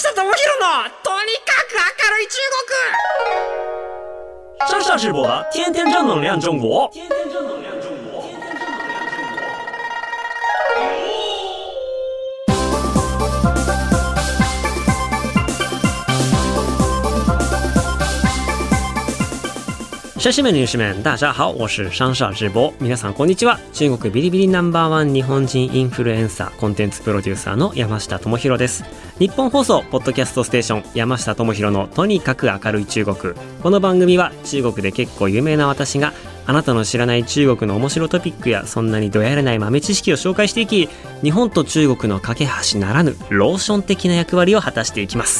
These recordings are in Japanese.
下智博のとにかく明るい中国。上上直播的天天正能量中国。シャシメのユシメン、大家好，我是上上直播。皆さんこんにちは。中国ビリビリナンバーワン日本人インフルエンサーコンテンツプロデューサーの山下智博です。日本放送ポッドキャストステーション山下智博のとにかく明るい中国。この番組は中国で結構有名な私があなたの知らない中国の面白トピックやそんなにどやれない豆知識を紹介していき、日本と中国の架け橋ならぬローション的な役割を果たしていきます。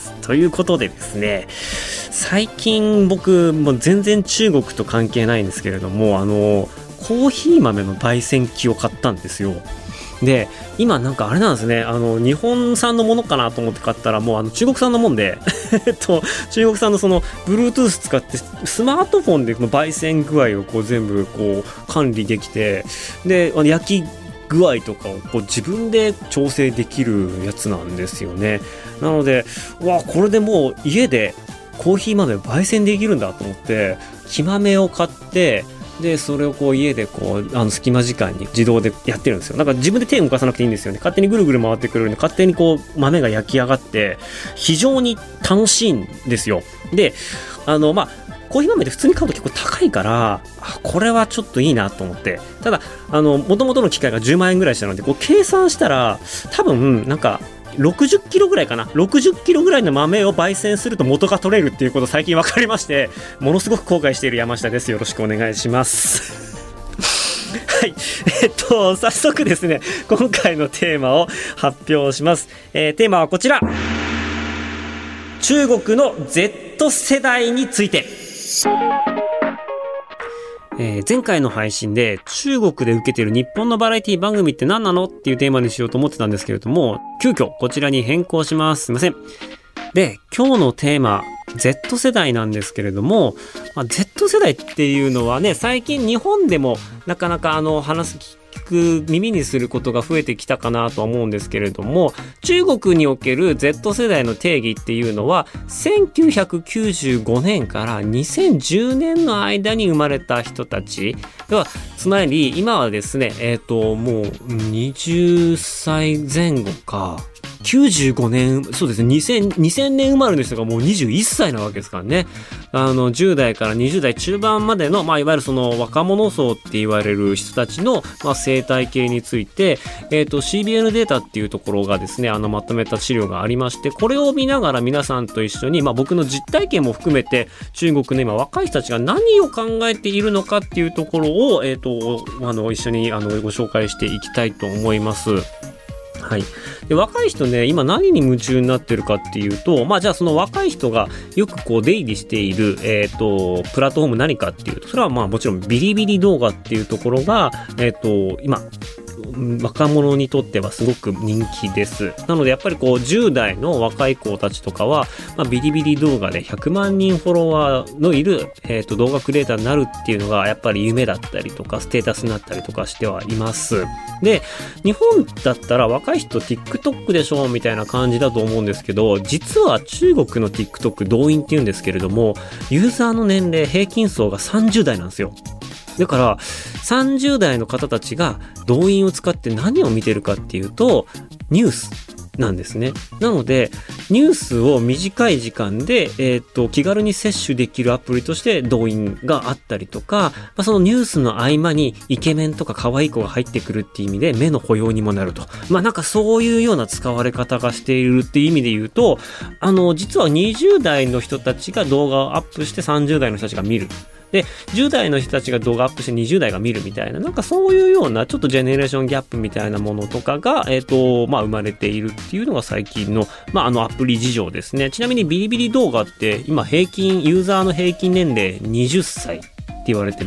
ということでですね、最近僕も全然中国と関係ないんですけれども、コーヒー豆の焙煎機を買ったんですよ。で、今なんかあれなんですね、日本産のものかなと思って買ったらもう中国産のもんで中国産のその Bluetooth 使ってスマートフォンでこの焙煎具合をこう全部こう管理できて、で焼き具合とかをこう自分で調整できるやつなんですよね。なのでこれでもう家でコーヒー豆を焙煎できるんだと思って木豆を買って、でそれをこう家でこう隙間時間に自動でやってるんですよ。だから自分で手を動かさなくていいんですよね。勝手にぐるぐる回ってくるんで、勝手にこう豆が焼き上がって非常に楽しいんですよ。でコーヒー豆って普通に買うと結構高いから、これはちょっといいなと思って、ただ元々の機械が10万円ぐらいしたので、こう計算したら多分なんか60キロぐらいかな、60キロぐらいの豆を焙煎すると元が取れるっていうこと最近分かりまして、ものすごく後悔している山下です。よろしくお願いしますはい、早速ですね、今回のテーマを発表します。テーマはこちら、中国の Z 世代について。前回の配信で中国で受けている日本のバラエティ番組って何なのっていうテーマにしようと思ってたんですけれども、急遽こちらに変更します。すいません。で、今日のテーマ Z 世代なんですけれども、Z 世代っていうのはね、最近日本でもなかなか耳にすることが増えてきたかなとは思うんですけれども、中国における Z 世代の定義っていうのは1995年から2010年の間に生まれた人たちでは、つまり今はですね、もう20歳前後か、95年、そうですね、2000年生まれの人がもう21歳なわけですからね。10代から20代中盤までの、いわゆるその若者層って言われる人たちの、生態系について、CBN データっていうところがですね、まとめた資料がありまして、これを見ながら皆さんと一緒に、僕の実体験も含めて、中国の今若い人たちが何を考えているのかっていうところを、一緒にご紹介していきたいと思います。はい。で、若い人ね、今何に夢中になってるかっていうと、じゃあその若い人がよくこう出入りしている、プラットフォーム何かっていうと、それはもちろんビリビリ動画っていうところが、今、若者にとってはすごく人気です。なのでやっぱりこう10代の若い子たちとかは、ビリビリ動画で100万人フォロワーのいる、動画クリエイターになるっていうのがやっぱり夢だったりとかステータスになったりとかしてはいます。で、日本だったら若い人 TikTok でしょみたいな感じだと思うんですけど、実は中国の TikTok 動員っていうんですけれども、ユーザーの年齢平均層が30代なんですよ。だから30代の方たちが動員を使って何を見てるかっていうと、ニュースなんですね。なのでニュースを短い時間で、気軽に摂取できるアプリとして動員があったりとか、そのニュースの合間にイケメンとか可愛い子が入ってくるっていう意味で目の保養にもなると、なんかそういうような使われ方がしているっていう意味で言うと、実は20代の人たちが動画をアップして30代の人たちが見る。で、10代の人たちが動画アップして20代が見るみたいな、なんかそういうようなちょっとジェネレーションギャップみたいなものとかが、生まれているっていうのが最近の、アプリ事情ですね。ちなみにビリビリ動画って今ユーザーの平均年齢20歳って言われてます。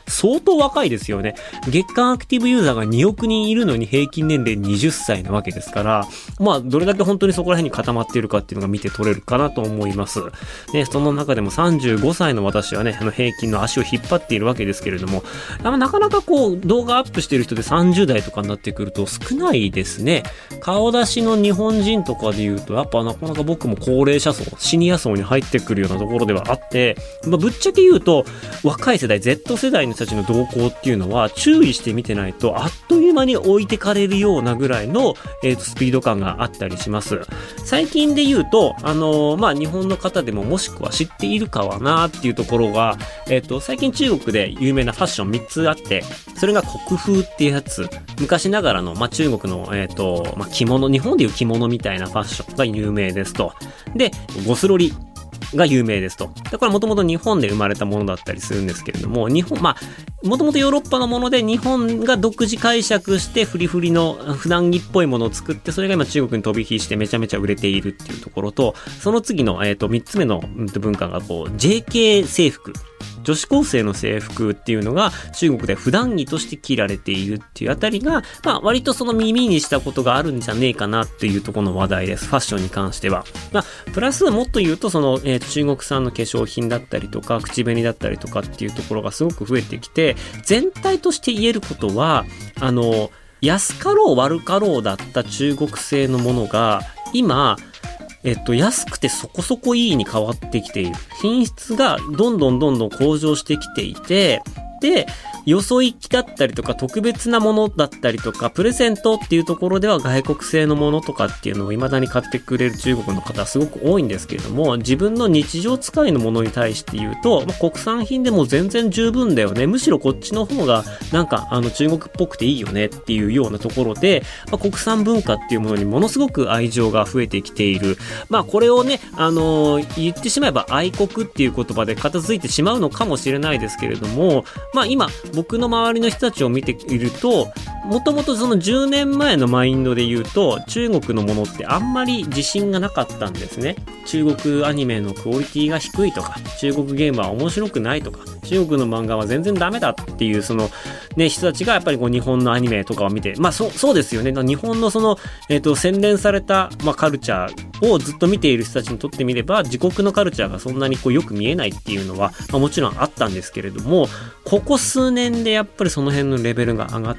相当若いですよね。月間アクティブユーザーが2億人いるのに平均年齢20歳なわけですから、まあ、どれだけ本当にそこら辺に固まっているかっていうのが見て取れるかなと思います。ね、その中でも35歳の私はね、平均の足を引っ張っているわけですけれども、なかなかこう、動画アップしてる人で30代とかになってくると少ないですね。顔出しの日本人とかで言うと、やっぱなかなか僕も高齢者層、シニア層に入ってくるようなところではあって、ぶっちゃけ言うと、若い世代、Z 世代の人たちの動向っていうのは注意して見てないと、あっという間に置いてかれるようなぐらいの、スピード感があったりします。最近で言うと、日本の方でももしくは知っているかはなっていうところが、最近中国で有名なファッション3つあって、それが国風っていうやつ、昔ながらの、中国の、着物、日本でいう着物みたいなファッションが有名ですと。で、ゴスロリが有名ですと。で、これはもともと日本で生まれたものだったりするんですけれども、もともとヨーロッパのもので日本が独自解釈してフリフリの普段着っぽいものを作って、それが今中国に飛び火してめちゃめちゃ売れているっていうところと、その次の、3つ目の文化がこう、JK 制服。女子高生の制服っていうのが中国で普段着として着られているっていうあたりが、割とその耳にしたことがあるんじゃねえかなっていうところの話題です。ファッションに関しては。プラスもっと言うとその、中国産の化粧品だったりとか、口紅だったりとかっていうところがすごく増えてきて、全体として言えることは、安かろう悪かろうだった中国製のものが、今、安くてそこそこいいに変わってきている。品質がどんどん向上してきていて、で、よそ行きだったりとか特別なものだったりとかプレゼントっていうところでは外国製のものとかっていうのを未だに買ってくれる中国の方はすごく多いんですけれども、自分の日常使いのものに対して言うと、国産品でも全然十分だよね。むしろこっちの方がなんか中国っぽくていいよねっていうようなところで、国産文化っていうものにものすごく愛情が増えてきている。これをね、言ってしまえば愛国っていう言葉で片付いてしまうのかもしれないですけれども、今僕の周りの人たちを見ていると、もともとその10年前のマインドで言うと、中国のものってあんまり自信がなかったんですね。中国アニメのクオリティが低いとか、中国ゲームは面白くないとか、中国の漫画は全然ダメだっていうそのね、人たちがやっぱりこう日本のアニメとかを見て、そうですよね。日本のその洗練されたカルチャーをずっと見ている人たちにとってみれば、自国のカルチャーがそんなにこうよく見えないっていうのは、もちろんあったんですけれども、ここ数年でやっぱりその辺のレベルが上がって、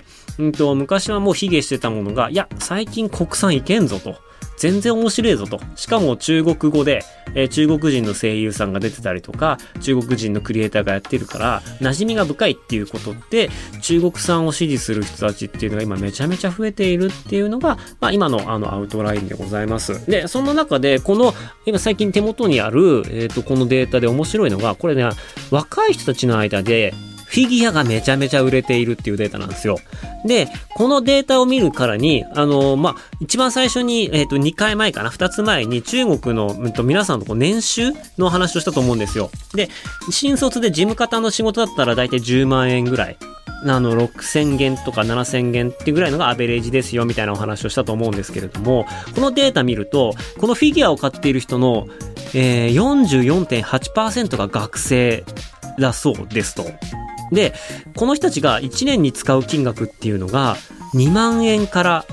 昔はもう卑下してたものが、いや最近国産いけんぞと。全然面白いぞと。しかも中国語で、中国人の声優さんが出てたりとか、中国人のクリエイターがやってるから、馴染みが深いっていうことで、中国産を支持する人たちっていうのが今めちゃめちゃ増えているっていうのが、今のアウトラインでございます。で、その中で、今最近手元にある、このデータで面白いのが、これね、若い人たちの間で、フィギュアがめちゃめちゃ売れているっていうデータなんですよ。で、このデータを見るからに、一番最初に、2回前かな、2つ前に中国の、皆さんの年収の話をしたと思うんですよ。で、新卒で事務方の仕事だったらだいたい10万円ぐらい。6000元とか7000元っていうぐらいのがアベレージですよみたいなお話をしたと思うんですけれども、このデータ見ると、このフィギュアを買っている人の、44.8% が学生だそうですと。で、この人たちが1年に使う金額っていうのが2万円から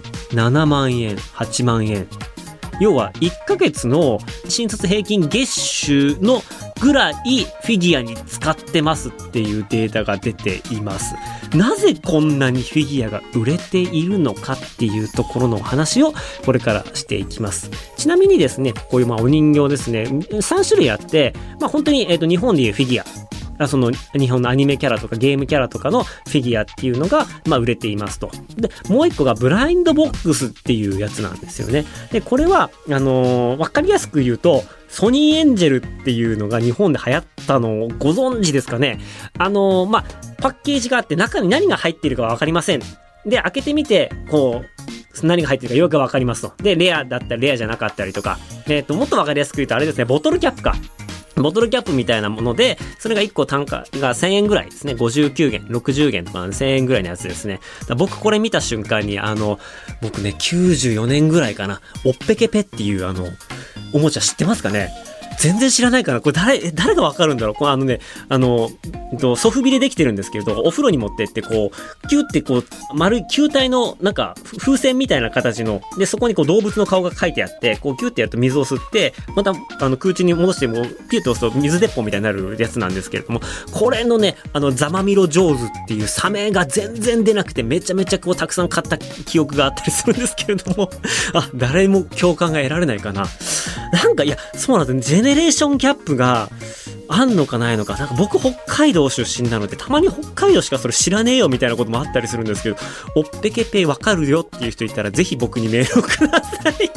7万円、8万円。要は1ヶ月の新卒平均月収のぐらいフィギュアに使ってますっていうデータが出ています。なぜこんなにフィギュアが売れているのかっていうところのお話をこれからしていきます。ちなみにですね、こういうお人形ですね、3種類あって、本当に日本でいうフィギュア。その日本のアニメキャラとかゲームキャラとかのフィギュアっていうのが売れていますと。で、もう一個がブラインドボックスっていうやつなんですよね。で、これはわかりやすく言うとソニーエンジェルっていうのが日本で流行ったのをご存知ですかね。パッケージがあって中に何が入っているかわかりません。で、開けてみて何が入ってるかよくわかりますと。で、レアだったりレアじゃなかったりとか。もっとわかりやすく言うとあれですね、ボトルキャップか。ボトルキャップみたいなもので、それが1個単価が1000円ぐらいですね。59元、60元とか1000円ぐらいのやつですね。僕これ見た瞬間に僕ね、94年ぐらいかな。おっぺけぺっていうおもちゃ知ってますかね？ 全然知らないかな。これ誰がわかるんだろう。このソフビでできてるんですけれど、お風呂に持ってってこう、キュってこう、丸い球体のなんか風船みたいな形の、で、そこにこう動物の顔が書いてあって、こうキュってやると水を吸って、また空中に戻しても、ピュって押すと水鉄砲みたいになるやつなんですけれども、これのね、ザマミロ上手っていうサメが全然出なくて、めちゃめちゃこうたくさん買った記憶があったりするんですけれども、誰も共感が得られないかな。なんか、いや、そうなんです。ジェネレーションギャップがあんのかないのか。なんか僕北海道出身なので、たまに北海道しかそれ知らねえよみたいなこともあったりするんですけど、おっぺけぺわかるよっていう人いたら、ぜひ僕にメールをください。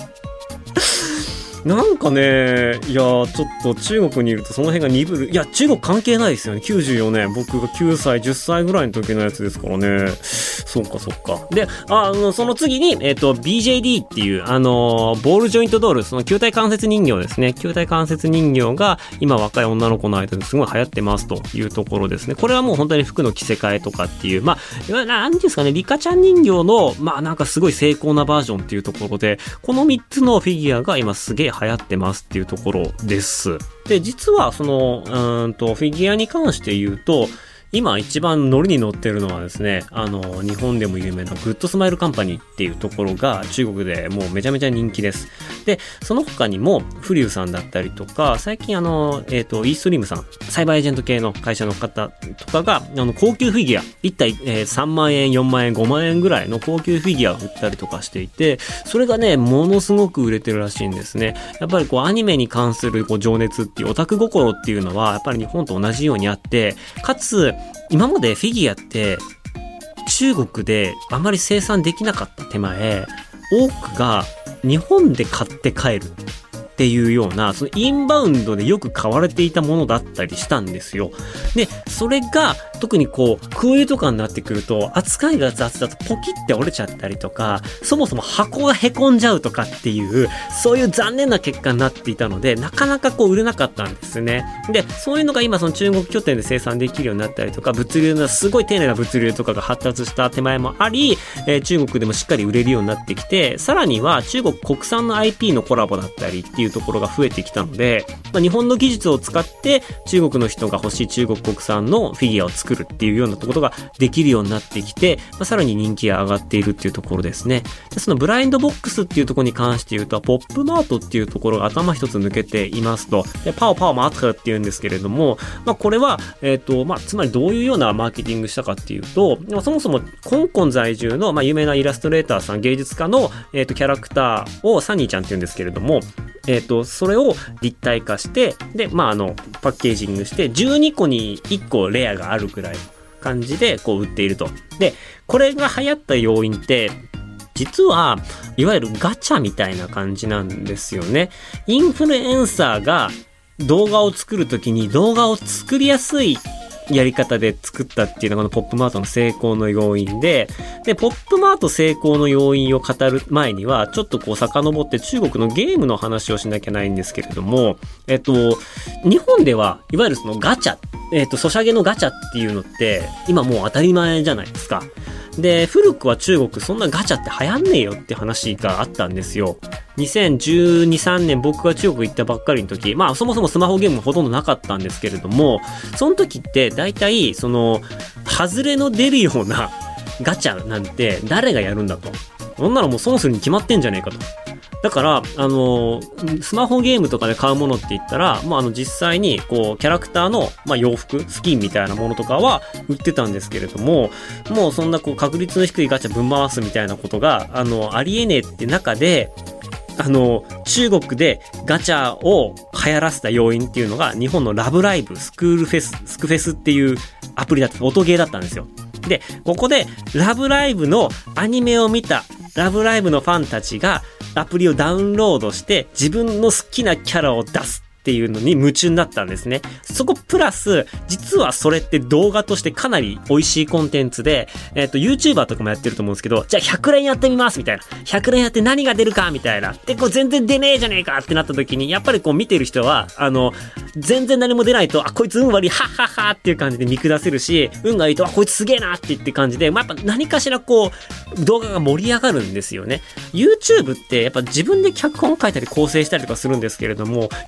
なんかね、いやちょっと中国にいるとその辺が鈍る。いや、中国関係ないですよね。94年。僕が9歳、10歳ぐらいの時のやつですからね。そうか。で、その次に、BJD っていう、ボールジョイントドール、その球体関節人形ですね。球体関節人形が今若い女の子の間ですごい流行ってますというところですね。これはもう本当に服の着せ替えとかっていう、なんていうんですかね、リカちゃん人形の、なんかすごい精巧なバージョンっていうところで、この3つのフィギュアが今すげえ流行ってますっていうところです。で、実はそのフィギュアに関して言うと、今一番ノリに乗ってるのはですね、日本でも有名なグッドスマイルカンパニーっていうところが中国でもうめちゃめちゃ人気です。で、その他にもフリューさんだったりとか、最近イーストリームさん、サイバーエージェント系の会社の方とかが、高級フィギュア、1体、3万円、4万円、5万円ぐらいの高級フィギュアを売ったりとかしていて、それがね、ものすごく売れてるらしいんですね。やっぱりこうアニメに関するこう情熱っていうオタク心っていうのは、やっぱり日本と同じようにあって、かつ、今までフィギュアって中国であまり生産できなかった手前、多くが日本で買って帰るっていうような、そのインバウンドでよく買われていたものだったりしたんですよ。で、それが特にこう空輸とかになってくると扱いが雑だとポキって折れちゃったりとか、そもそも箱がへこんじゃうとかっていう、そういう残念な結果になっていたので、なかなかこう売れなかったんですね。で、そういうのが今その中国拠点で生産できるようになったりとか、物流のすごい丁寧な物流とかが発達した手前もあり、中国でもしっかり売れるようになってきて、さらには中国国産の IP のコラボだったりっていうところが増えてきたので、日本の技術を使って中国の人が欲しい中国国産のフィギュアを作るっていうようなことができるようになってきて、さらに人気が上がっているっていうところですね。で、そのブラインドボックスっていうところに関して言うと、ポップマートっていうところが頭一つ抜けていますと、でパオパオマートっていうんですけれども、これは、つまりどういうようなマーケティングしたかっていうと、そもそも香港在住の、有名なイラストレーターさん、芸術家の、キャラクターをサニーちゃんっていうんですけれども、それを立体化して、で、パッケージングして、12個に1個レアがあるくらいの感じで、こう売っていると。で、これが流行った要因って、実は、いわゆるガチャみたいな感じなんですよね。インフルエンサーが動画を作るときに動画を作りやすいやり方で作ったっていうのがこのポップマートの成功の要因で、ポップマート成功の要因を語る前には、ちょっとこう遡って中国のゲームの話をしなきゃないんですけれども、日本ではいわゆるそのガチャ、ソシャゲのガチャっていうのって、今もう当たり前じゃないですか。で、古くは中国そんなガチャって流行んねえよって話があったんですよ。2012、3年僕が中国行ったばっかりの時、そもそもスマホゲームもほとんどなかったんですけれども、その時って大体その、外れの出るようなガチャなんて誰がやるんだと。そんなのもう損するに決まってんじゃねえかと。だから、スマホゲームとかで買うものって言ったら、実際に、こう、キャラクターの、洋服、スキンみたいなものとかは売ってたんですけれども、もうそんなこう、確率の低いガチャぶん回すみたいなことが、ありえねえって中で、中国でガチャを流行らせた要因っていうのが、日本のラブライブ、スクフェスっていうアプリだった、音ゲーだったんですよ。で、ここで、ラブライブのアニメを見た、ラブライブのファンたちがアプリをダウンロードして自分の好きなキャラを出すっていうのに夢中になったんですね。そこプラス、実はそれって動画としてかなり美味しいコンテンツで、YouTuber とかもやってると思うんですけど、じゃあ100連やってみますみたいな。100連やって何が出るかみたいな。で、こう全然出ねえじゃねえかってなった時に、やっぱりこう見てる人は、全然何も出ないと、こいつ運悪い、はっはっはっていう感じで見下せるし、運がいいと、こいつすげえなって言って感じで、やっぱ何かしらこう、動画が盛り上がるんですよね。YouTube ってやっぱ自分で脚本書いたり構成したりとかするんですけれども、言うて毎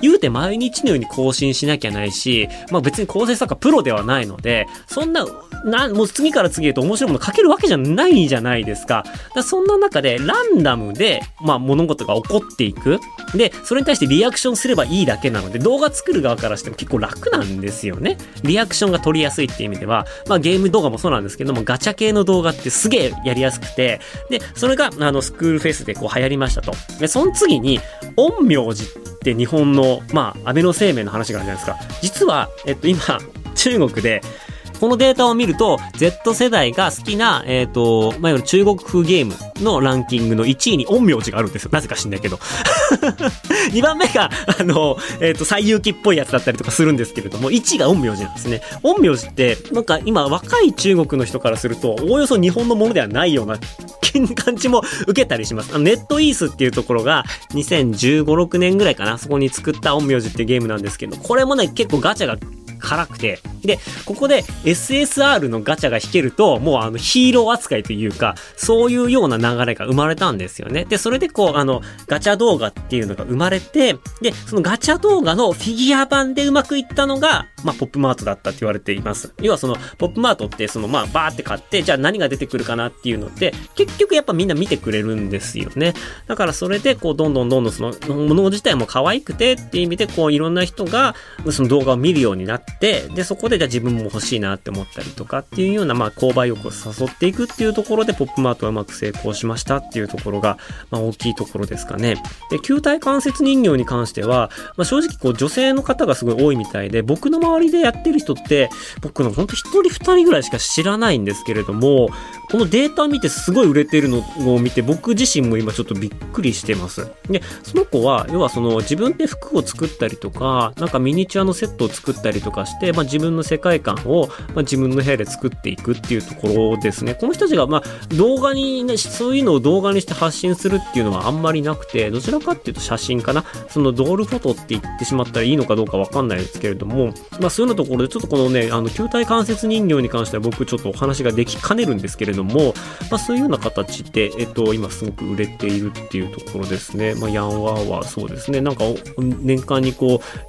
毎日のように更新しなきゃないし、別に構成作家プロではないので、そんな、もう次から次へと面白いもの書けるわけじゃないじゃないですか。そんな中でランダムで、物事が起こっていく。で、それに対してリアクションすればいいだけなので、動画作る側からしても結構楽なんですよね。リアクションが取りやすいっていう意味では、ゲーム動画もそうなんですけども、ガチャ系の動画ってすげえやりやすくて、で、それが、スクールフェスで流行りましたと。で、その次に、陰陽師って日本の、安倍晴明の話があるじゃないですか。実は、今、中国で、このデータを見ると、Z 世代が好きな、いわゆる中国風ゲームのランキングの1位に陰陽師があるんですよ。なぜか知んないけど。2番目が、西遊記っぽいやつだったりとかするんですけれども、1位が陰陽師なんですね。陰陽師って、今若い中国の人からすると、おおよそ日本のものではないような感じも受けたりします。ネットイースっていうところが、2015、6年ぐらいかな、そこに作った陰陽師っていうゲームなんですけど、これもね、結構ガチャが辛くて、で、ここで SSR のガチャが引けると、もうヒーロー扱いというか、そういうような流れが生まれたんですよね。で、それでガチャ動画っていうのが生まれて、で、そのガチャ動画のフィギュア版でうまくいったのが、ポップマートだったって言われています。要はポップマートって、バーって買って、じゃあ何が出てくるかなっていうのって、結局やっぱみんな見てくれるんですよね。だからそれで、どんどんその、物自体も可愛くてっていう意味で、いろんな人が、その動画を見るようになって、で、そこでじゃあ自分も欲しいなって思ったりとかっていうような、購買欲を誘っていくっていうところで、ポップマートはうまく成功しましたっていうところが、大きいところですかね。で、球体関節人形に関しては、正直女性の方がすごい多いみたいで、僕の周りでやってる人って、僕のほんと1人2人ぐらいしか知らないんですけれども、このデータを見てすごい売れてるのを見て、僕自身も今ちょっとびっくりしてます。で、その子は、要は自分で服を作ったりとか、ミニチュアのセットを作ったりとかして、自分の世界観を、自分の部屋で作っていくっていうところですね。この人たちが、動画に、ね、そういうのを動画にして発信するっていうのはあんまりなくて、どちらかっていうと写真かな。そのドールフォトって言ってしまったらいいのかどうかわかんないですけれども、そういうのところでちょっとこのね、球体関節人形に関しては僕ちょっとお話ができかねるんですけれども、そういうような形で、今すごく売れているっていうところですね。ヤンワーはそうですね。年間に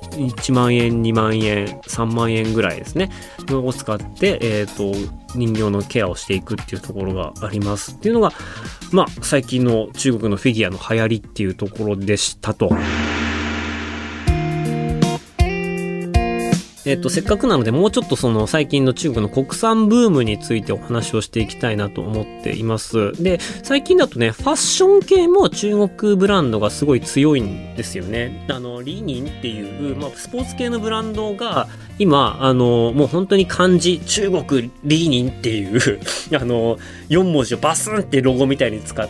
1万円、2万円、3万円ぐらいですね。を使って、人形のケアをしていくっていうところがありますっていうのが、最近の中国のフィギュアの流行りっていうところでしたと。せっかくなのでもうちょっと最近の中国の国産ブームについてお話をしていきたいなと思っています。で、最近だとね、ファッション系も中国ブランドがすごい強いんですよね。リニンっていう、スポーツ系のブランドが今、もう本当に漢字、中国リニンっていう4文字をバスンってロゴみたいに使った、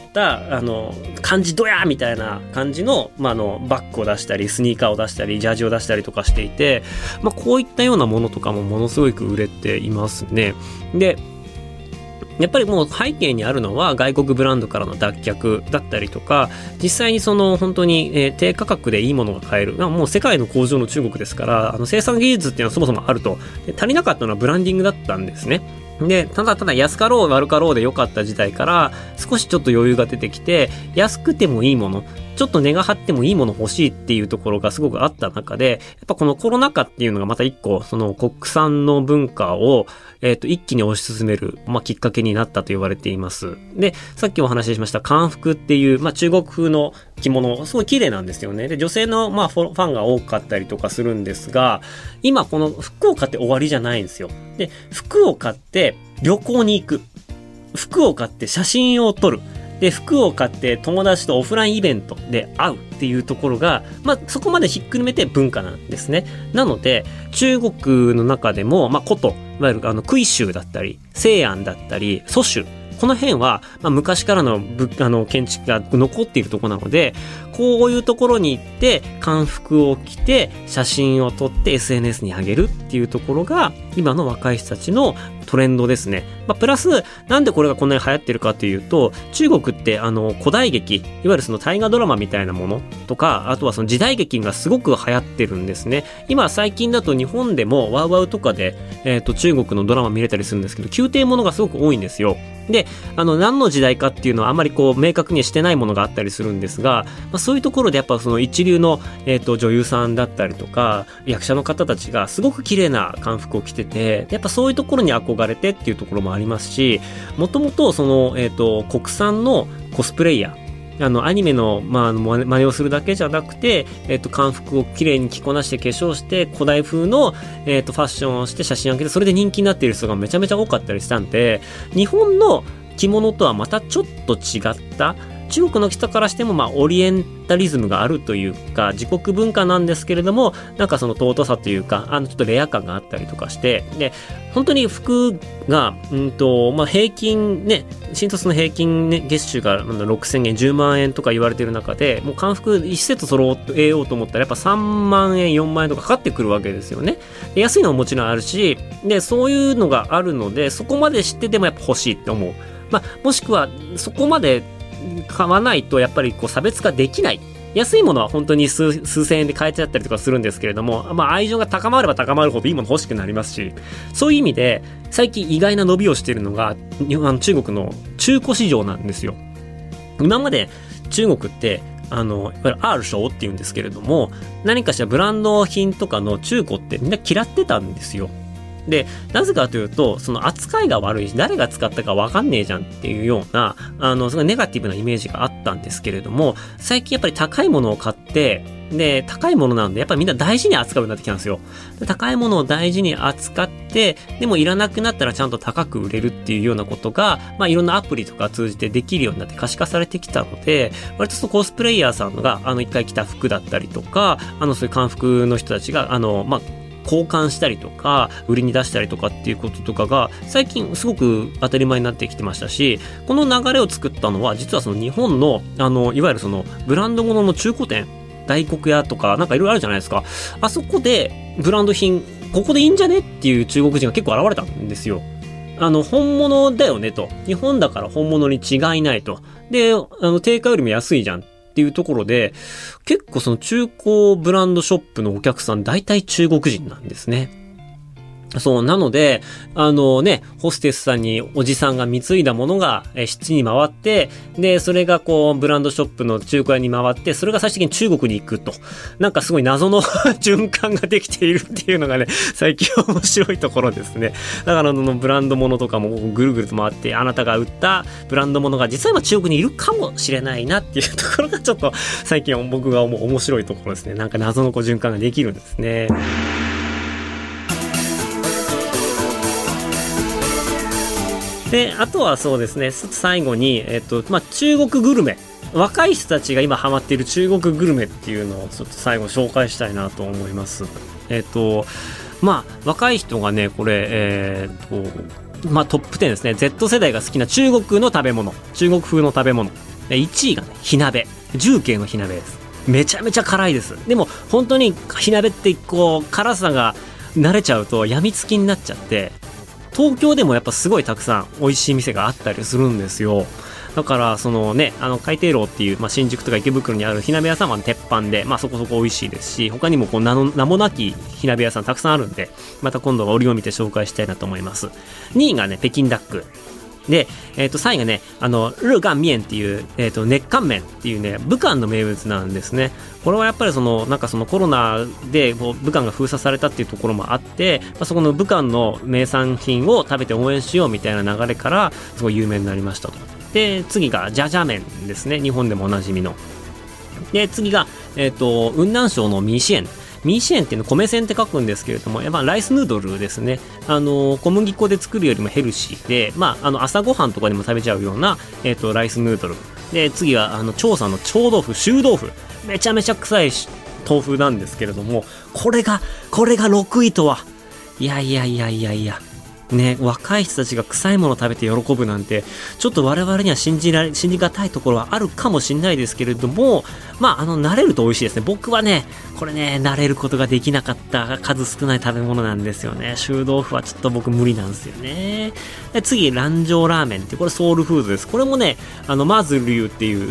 漢字ドヤーみたいな感じの、バッグを出したり、スニーカーを出したり、ジャージを出したりとかしていて、こういったようなものとかもものすごく売れていますね。で、やっぱりもう背景にあるのは外国ブランドからの脱却だったりとか、実際に本当に、低価格でいいものが買える。もう世界の工場の中国ですから、生産技術っていうのはそもそもあると。で、足りなかったのはブランディングだったんですね。で、ただ安かろう悪かろうで良かった時代から少しちょっと余裕が出てきて、安くてもいいもの、ちょっと値が張ってもいいもの欲しいっていうところがすごくあった中で、やっぱこのコロナ禍っていうのがまた一個、国産の文化を、一気に推し進める、きっかけになったと言われています。で、さっきお話ししました漢服っていう、中国風の着物、すごい綺麗なんですよね。で、女性の、ファンが多かったりとかするんですが、今この服を買って終わりじゃないんですよ。で、服を買って旅行に行く。服を買って写真を撮る。で、服を買って友達とオフラインイベントで会うっていうところが、そこまでひっくるめて文化なんですね。なので、中国の中でも、古都、いわゆる杭州だったり、西安だったり、蘇州、この辺は、昔からの建築が残っているところなので、こういうところに行って漢服を着て写真を撮って SNS に上げるっていうところが今の若い人たちのトレンドですね。プラス、なんでこれがこんなに流行ってるかというと、中国って古代劇、いわゆるその大河ドラマみたいなものとか、あとはその時代劇がすごく流行ってるんですね。今最近だと日本でもワウワウとかで、中国のドラマ見れたりするんですけど、宮廷ものがすごく多いんですよ。で、何の時代かっていうのはあんまりこう明確にしてないものがあったりするんですが、そういうところでやっぱその一流の、女優さんだったりとか役者の方たちがすごく綺麗な漢服を着てて、やっぱそういうところに憧れてっていうところもありますし、もともとその、国産のコスプレイヤー、アニメの、真似をするだけじゃなくて、漢服を綺麗に着こなして化粧して古代風の、ファッションをして写真を上げて、それで人気になっている人がめちゃめちゃ多かったりしたんで、日本の着物とはまたちょっと違った中国の人からしてもオリエンタリズムがあるというか、自国文化なんですけれども、なんかその尊さというか、ちょっとレア感があったりとかして、で本当に服が平均ね、新卒の平均、ね、月収が6000円10万円とか言われてる中で、もう漢服1セット揃えようと思ったらやっぱ3万円4万円とかかかってくるわけですよね。で安いのももちろんあるし、でそういうのがあるので、そこまで知っててもやっぱ欲しいって思う。もしくはそこまで買わないとやっぱりこう差別化できない。安いものは本当に数千円で買えちゃったりとかするんですけれども、愛情が高まれば高まるほどいいもの欲しくなりますし、そういう意味で最近意外な伸びをしているのが中国の中古市場なんですよ。今まで中国っていわゆる二手っていうんですけれども、何かしらブランド品とかの中古ってみんな嫌ってたんですよ。で、なぜかというと、その扱いが悪いし、誰が使ったか分かんねえじゃんっていうような、すごいネガティブなイメージがあったんですけれども、最近やっぱり高いものを買って、で、高いものなんで、やっぱりみんな大事に扱うようになってきたんですよ。で、高いものを大事に扱って、でもいらなくなったらちゃんと高く売れるっていうようなことが、いろんなアプリとか通じてできるようになって可視化されてきたので、割とそのコスプレイヤーさんが、一回着た服だったりとか、そういう漢服の人たちが、交換したりとか売りに出したりとかっていうこととかが最近すごく当たり前になってきてましたし、この流れを作ったのは実はその日本のいわゆるそのブランド物の中古店、大黒屋とかなんかいろいろあるじゃないですか。あそこでブランド品ここでいいんじゃねっていう中国人が結構現れたんですよ。本物だよねと、日本だから本物に違いないと、で定価よりも安いじゃんっていうところで、結構その中古ブランドショップのお客さん大体中国人なんですね。そうなのでホステスさんにおじさんが貢いだものが質に回って、でそれがこうブランドショップの中古屋に回って、それが最終的に中国に行くと、なんかすごい謎の循環ができているっていうのがね、最近面白いところですね。だからブランド物とかもぐるぐると回って、あなたが売ったブランド物が実際は中国にいるかもしれないなっていうところがちょっと最近僕が思う面白いところですね。なんか謎の循環ができるんですね。で、あとはそうですね、最後に、中国グルメ。若い人たちが今ハマっている中国グルメっていうのをちょっと最後紹介したいなと思います。若い人がね、これ、トップ10ですね。Z 世代が好きな中国の食べ物。中国風の食べ物。1位がね、火鍋。重慶の火鍋です。めちゃめちゃ辛いです。でも、本当に火鍋って辛さが慣れちゃうと病みつきになっちゃって、東京でもやっぱすごいたくさん美味しい店があったりするんですよ。だからそのね、海底楼っていう、新宿とか池袋にある火鍋屋さんは鉄板で、そこそこ美味しいですし、他にも名もなき火鍋屋さんたくさんあるんで、また今度は折を見て紹介したいなと思います。2位がね、北京ダック。で、3位がね、ルーガンミエンっていう、熱乾麺っていうね、武漢の名物なんですね。これはやっぱりコロナで武漢が封鎖されたっていうところもあって、そこの武漢の名産品を食べて応援しようみたいな流れからすごい有名になりましたと。で、次がジャジャ麺ですね。日本でもおなじみの。で、次が、雲南省のミーシエン。ミーシエンっていうの米線って書くんですけれども、ライスヌードルですね。小麦粉で作るよりもヘルシーで、朝ごはんとかでも食べちゃうような、ライスヌードル。で、次は、長沙の臭豆腐、臭豆腐。めちゃめちゃ臭い豆腐なんですけれども、これが6位とは。いや。 ね、若い人たちが臭いものを食べて喜ぶなんて、ちょっと我々には信じがたいところはあるかもしれないですけれども、慣れると美味しいですね。僕はね、これね、慣れることができなかった数少ない食べ物なんですよね。臭豆腐はちょっと僕無理なんですよね。で次、蘭城ラーメンって、これソウルフードです。これもね、マズリュウっていう、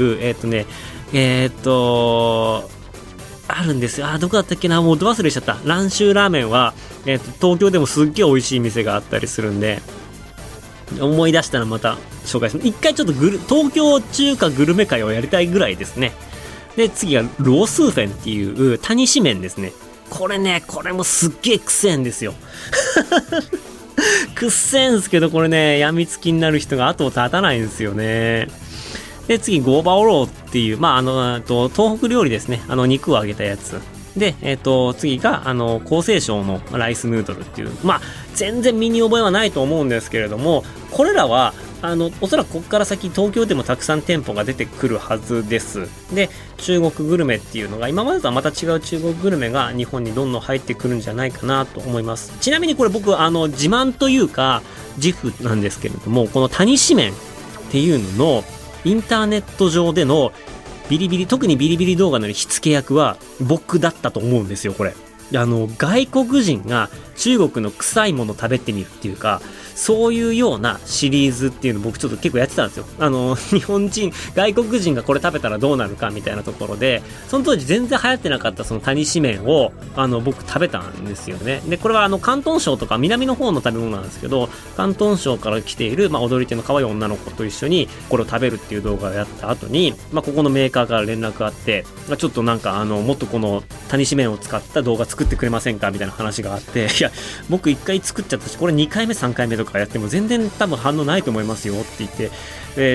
あるんですよ。どこだったっけな、もうど忘れしちゃった。蘭州ラーメンは、東京でもすっげえ美味しい店があったりするんで、思い出したらまた紹介します。一回ちょっと東京中華グルメ会をやりたいぐらいですね。で、次がロースーフェンっていう谷紙麺ですね。これもすっげえくせえんですよ。くっせえんですけど、これね、病みつきになる人が後を絶たないんですよね。で、次、ゴーバオローっていう、東北料理ですね。肉を揚げたやつ。で、次が、厚生省のライスヌードルっていう、全然身に覚えはないと思うんですけれども、これらは、おそらくここから先、東京でもたくさん店舗が出てくるはずです。で、中国グルメっていうのが、今までとはまた違う中国グルメが日本にどんどん入ってくるんじゃないかなと思います。ちなみにこれ僕、自慢というか、自負なんですけれども、この谷紙麺っていうのの、インターネット上での特にビリビリ動画の火付け役は僕だったと思うんですよ、これ。外国人が中国の臭いもの食べてみるっていうか、そういうようなシリーズっていうの僕ちょっと結構やってたんですよ。外国人がこれ食べたらどうなるかみたいなところで、その当時全然流行ってなかったその谷紙麺を、僕食べたんですよね。で、これは広東省とか南の方の食べ物なんですけど、広東省から来ている、踊り手の可愛い女の子と一緒にこれを食べるっていう動画をやった後に、ここのメーカーから連絡があって、ちょっともっとこの谷紙麺を使った動画作ってくれませんかみたいな話があって、いや、僕1回作っちゃったし、これ2回目3回目とかやっても全然多分反応ないと思いますよって言って、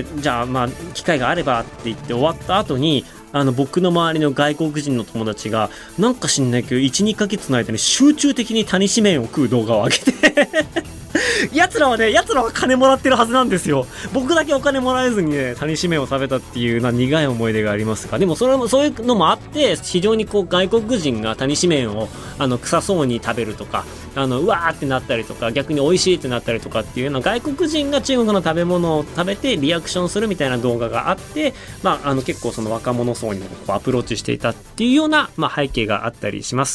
じゃあ機会があればって言って終わった後に、僕の周りの外国人の友達がなんか知んないけど 1,2 ヶ月の間に集中的に谷紙麺を食う動画を上げて奴らは金もらってるはずなんですよ。僕だけお金もらえずにね、谷紙麺を食べたっていう苦い思い出がありますが、でもそういうのもあって、非常に外国人が谷紙麺を臭そうに食べるとか、うわーってなったりとか、逆に美味しいってなったりとかっていうのは、外国人が中国の食べ物を食べてリアクションするみたいな動画があって、結構その若者層にもアプローチしていたっていうような、背景があったりします。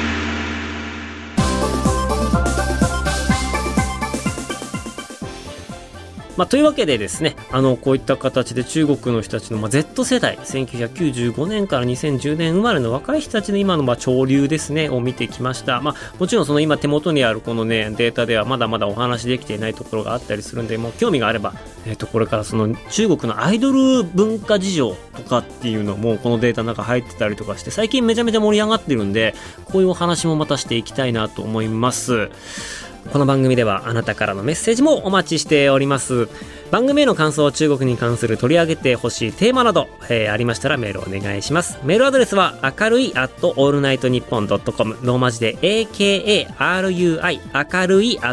というわけでですね、こういった形で中国の人たちの、Z 世代、1995年から2010年生まれの若い人たちの今の潮流ですね、を見てきました。もちろんその今手元にあるこのね、データではまだまだお話できていないところがあったりするんで、もう興味があれば、これからその中国のアイドル文化事情とかっていうのもこのデータの中入ってたりとかして、最近めちゃめちゃ盛り上がってるんで、こういうお話もまたしていきたいなと思います。この番組ではあなたからのメッセージもお待ちしております。番組への感想、中国に関する取り上げてほしいテーマなど、ありましたらメールお願いします。メールアドレスは明るい@allnightnippon.com、 ローマ字で AKARUI、 明るい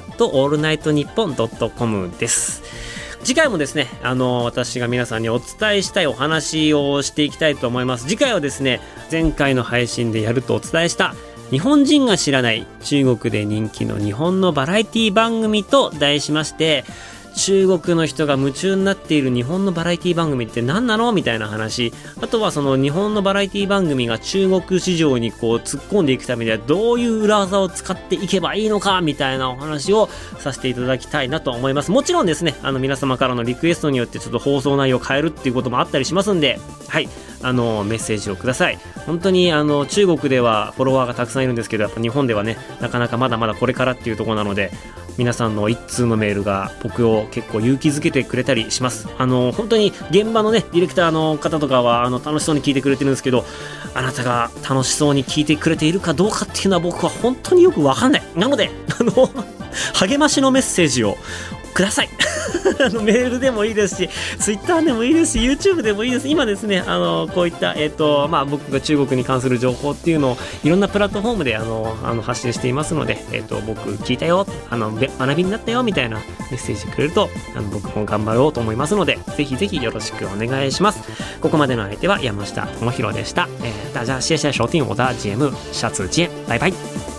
@allnightnippon.com です。次回もですね、私が皆さんにお伝えしたいお話をしていきたいと思います。次回はですね、前回の配信でやるとお伝えした日本人が知らない中国で人気の日本のバラエティ番組と題しまして、中国の人が夢中になっている日本のバラエティ番組って何なのみたいな話、あとはその日本のバラエティ番組が中国市場に突っ込んでいくためにはどういう裏技を使っていけばいいのかみたいなお話をさせていただきたいなと思います。もちろんですね、皆様からのリクエストによってちょっと放送内容を変えるっていうこともあったりしますんで、はい、メッセージをください。本当に中国ではフォロワーがたくさんいるんですけど、やっぱ日本ではね、なかなかまだまだこれからっていうところなので、皆さんの一通のメールが僕を結構勇気づけてくれたりします。本当に現場のね、ディレクターの方とかは楽しそうに聞いてくれてるんですけど、あなたが楽しそうに聞いてくれているかどうかっていうのは僕は本当によくわかんない。なので励ましのメッセージをくださいメールでもいいですし、ツイッターでもいいですし、 YouTube でもいいです。今ですね、こういった僕が中国に関する情報っていうのをいろんなプラットフォームで発信していますので、僕聞いたよ、学びになったよみたいなメッセージくれると僕も頑張ろうと思いますので、ぜひぜひよろしくお願いします。ここまでの相手は山下智博でした。大家谢谢收听我的节目，下次见，拜拜。